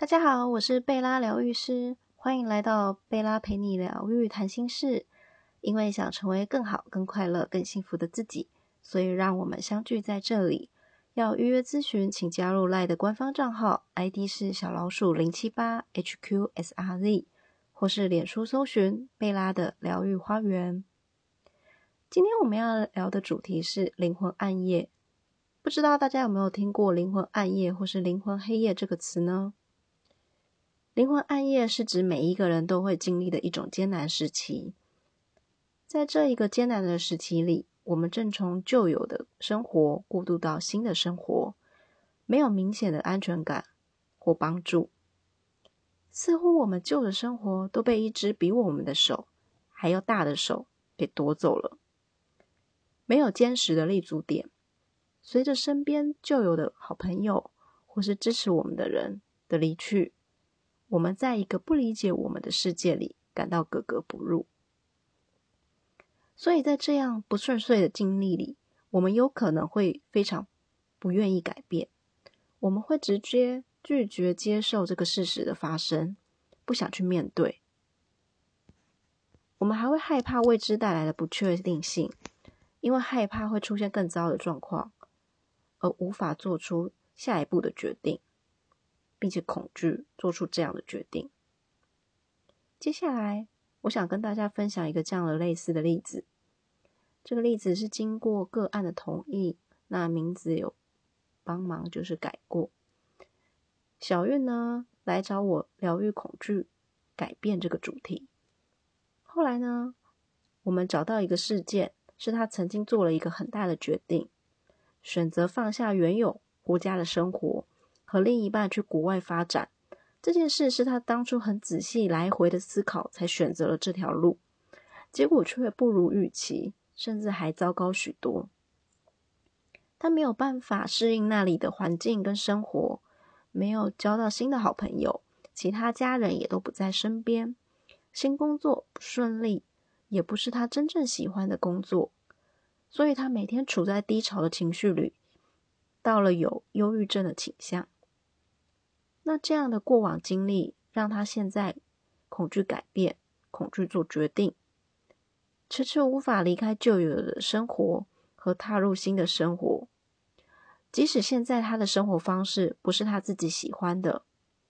大家好，我是贝拉疗愈师，欢迎来到贝拉陪你疗愈谈心事。因为想成为更好、更快乐、更幸福的自己，所以让我们相聚在这里。要预约咨询，请加入 LINE 的官方账号 ，ID 是小老鼠078HQSRZ， 或是脸书搜寻贝拉的疗愈花园。今天我们要聊的主题是灵魂暗夜。不知道大家有没有听过灵魂暗夜或是灵魂黑夜这个词呢？灵魂暗夜是指每一个人都会经历的一种艰难时期。在这一个艰难的时期里，我们正从旧有的生活过渡到新的生活，没有明显的安全感或帮助。似乎我们旧的生活都被一只比我们的手还要大的手给夺走了，没有坚实的立足点。随着身边旧有的好朋友或是支持我们的人的离去，我们在一个不理解我们的世界里感到格格不入。所以在这样不顺遂的经历里，我们有可能会非常不愿意改变，我们会直接拒绝接受这个事实的发生，不想去面对。我们还会害怕未知带来的不确定性，因为害怕会出现更糟的状况，而无法做出下一步的决定，并且恐惧做出这样的决定。接下来我想跟大家分享一个这样的类似的例子。这个例子是经过个案的同意，那名字有帮忙就是改过。小韵呢来找我疗愈恐惧改变这个主题。后来呢，我们找到一个事件，是他曾经做了一个很大的决定，选择放下原有国家的生活，和另一半去国外发展。这件事是他当初很仔细来回的思考才选择了这条路，结果却不如预期，甚至还糟糕许多。他没有办法适应那里的环境跟生活，没有交到新的好朋友，其他家人也都不在身边，新工作不顺利，也不是他真正喜欢的工作，所以他每天处在低潮的情绪里，到了有忧郁症的倾向。那这样的过往经历让他现在恐惧改变，恐惧做决定，迟迟无法离开旧有的生活和踏入新的生活。即使现在他的生活方式不是他自己喜欢的，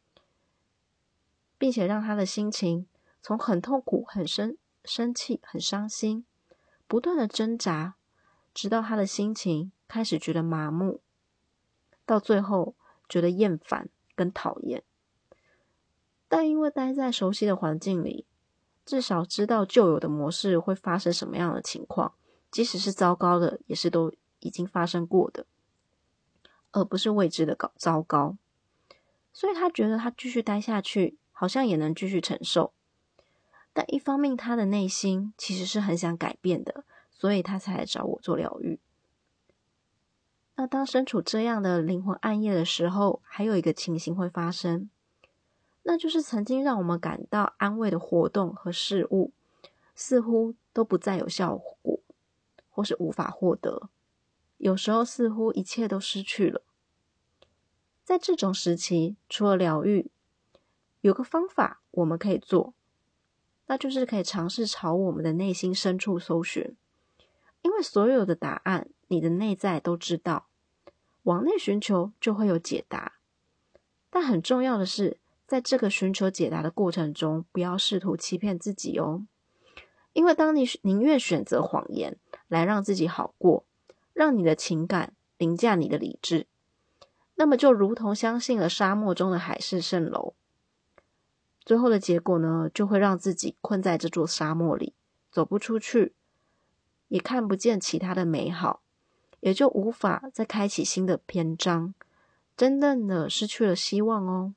并且让他的心情从很痛苦、很生气、很伤心，不断的挣扎，直到他的心情开始觉得麻木，到最后觉得厌烦跟讨厌。但因为待在熟悉的环境里，至少知道旧有的模式会发生什么样的情况，即使是糟糕的，也是都已经发生过的，而不是未知的糟糕。所以他觉得他继续待下去，好像也能继续承受。但一方面他的内心其实是很想改变的，所以他才来找我做疗愈。那当身处这样的灵魂暗夜的时候，还有一个情形会发生，那就是曾经让我们感到安慰的活动和事物，似乎都不再有效果，或是无法获得。有时候似乎一切都失去了。在这种时期，除了疗愈，有个方法我们可以做，那就是可以尝试朝我们的内心深处搜寻。因为所有的答案，你的内在都知道，往内寻求就会有解答。但很重要的是，在这个寻求解答的过程中，不要试图欺骗自己哦。因为当你宁愿选择谎言来让自己好过，让你的情感凌驾你的理智，那么就如同相信了沙漠中的海市蜃楼，最后的结果呢，就会让自己困在这座沙漠里，走不出去，也看不见其他的美好，也就无法再开启新的篇章，真正的失去了希望哦。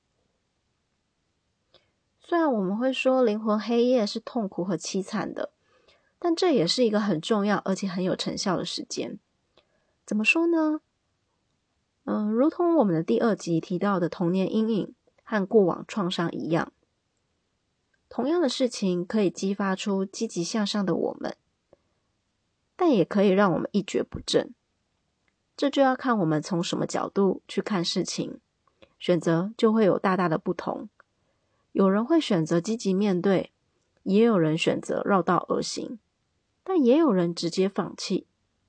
虽然我们会说灵魂黑夜是痛苦和凄惨的，但这也是一个很重要而且很有成效的时间。怎么说呢？如同我们的第2集提到的童年阴影和过往创伤一样，同样的事情可以激发出积极向上的我们，但也可以让我们一蹶不振。这就要看我们从什么角度去看事情， 选择就会有大大的不同。有人会选择积极面对，也有人选择绕道而行，但也有人直接放弃。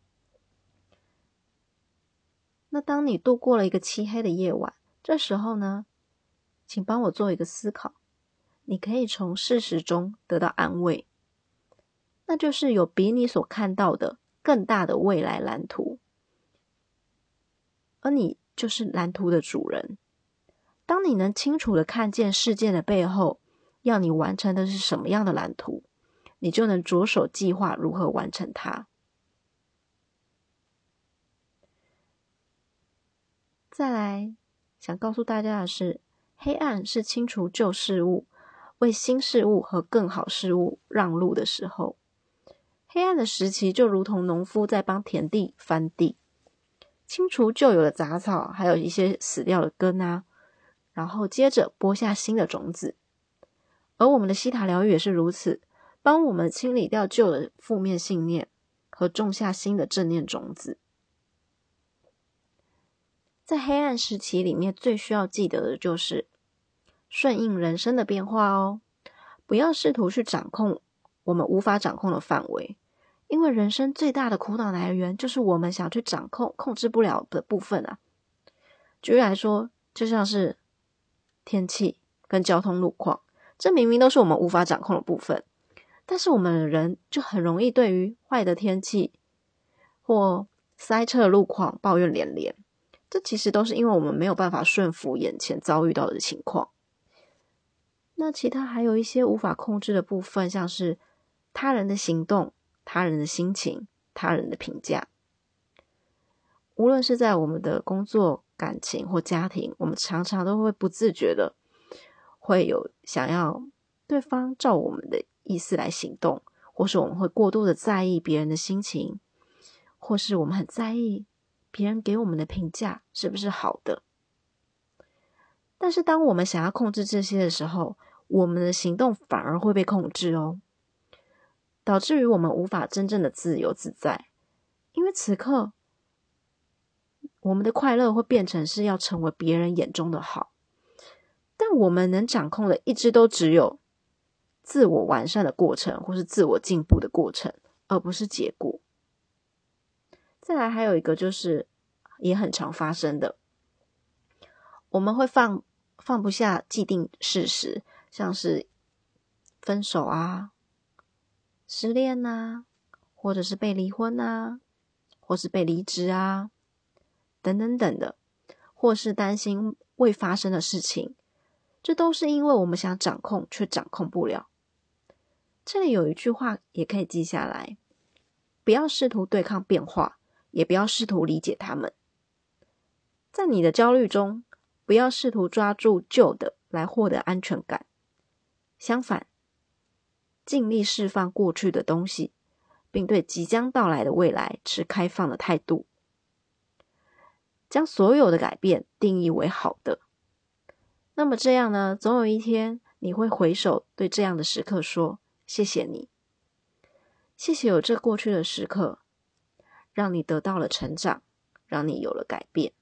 那当你度过了一个漆黑的夜晚，这时候呢，请帮我做一个思考，你可以从事实中得到安慰，那就是有比你所看到的更大的未来蓝图，而你就是蓝图的主人。当你能清楚地看见事件的背后，要你完成的是什么样的蓝图，你就能着手计划如何完成它。再来，想告诉大家的是，黑暗是清除旧事物，为新事物和更好事物让路的时候。黑暗的时期就如同农夫在帮田地翻地，清除旧有的杂草，还有一些死掉的根啊，然后接着播下新的种子。而我们的西塔疗愈也是如此，帮我们清理掉旧的负面信念和种下新的正念种子。在黑暗时期里面，最需要记得的就是顺应人生的变化哦，不要试图去掌控我们无法掌控的范围，因为人生最大的苦恼来源就是我们想去掌控控制不了的部分啊。举例来说，就像是天气跟交通路况，这明明都是我们无法掌控的部分，但是我们人就很容易对于坏的天气或塞车的路况抱怨连连，这其实都是因为我们没有办法顺服眼前遭遇到的情况。那其他还有一些无法控制的部分，像是他人的行动、他人的心情、他人的评价。无论是在我们的工作、感情或家庭，我们常常都会不自觉的会有想要对方照我们的意思来行动，或是我们会过度的在意别人的心情，或是我们很在意别人给我们的评价是不是好的。但是当我们想要控制这些的时候，我们的行动反而会被控制哦，导致于我们无法真正的自由自在。因为此刻我们的快乐会变成是要成为别人眼中的好，但我们能掌控的一直都只有自我完善的过程，或是自我进步的过程，而不是结果。再来还有一个就是也很常发生的，我们会放不下既定事实，像是分手啊、失恋啊，或者是被离婚啊，或是被离职啊，等等等的，或是担心未发生的事情，这都是因为我们想掌控却掌控不了。这里有一句话也可以记下来，不要试图对抗变化，也不要试图理解他们。在你的焦虑中，不要试图抓住旧的来获得安全感，相反，尽力释放过去的东西，并对即将到来的未来持开放的态度，将所有的改变定义为好的。那么这样呢，总有一天你会回首对这样的时刻说，谢谢你，谢谢有这过去的时刻，让你得到了成长，让你有了改变。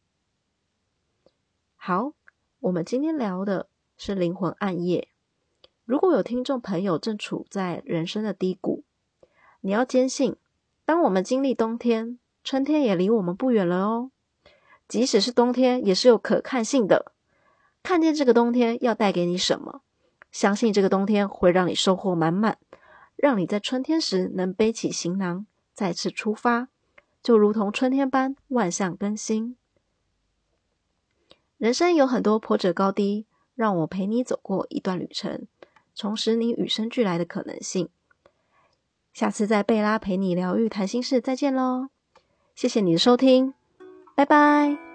好，我们今天聊的是灵魂暗夜。如果有听众朋友正处在人生的低谷，你要坚信，当我们经历冬天，春天也离我们不远了哦。即使是冬天，也是有可看性的。看见这个冬天要带给你什么，相信这个冬天会让你收获满满，让你在春天时能背起行囊，再次出发，就如同春天般万象更新。人生有很多波折高低，让我陪你走过一段旅程，重拾你与生俱来的可能性。下次在贝拉陪你疗愈谈心事再见咯，谢谢你的收听，拜拜。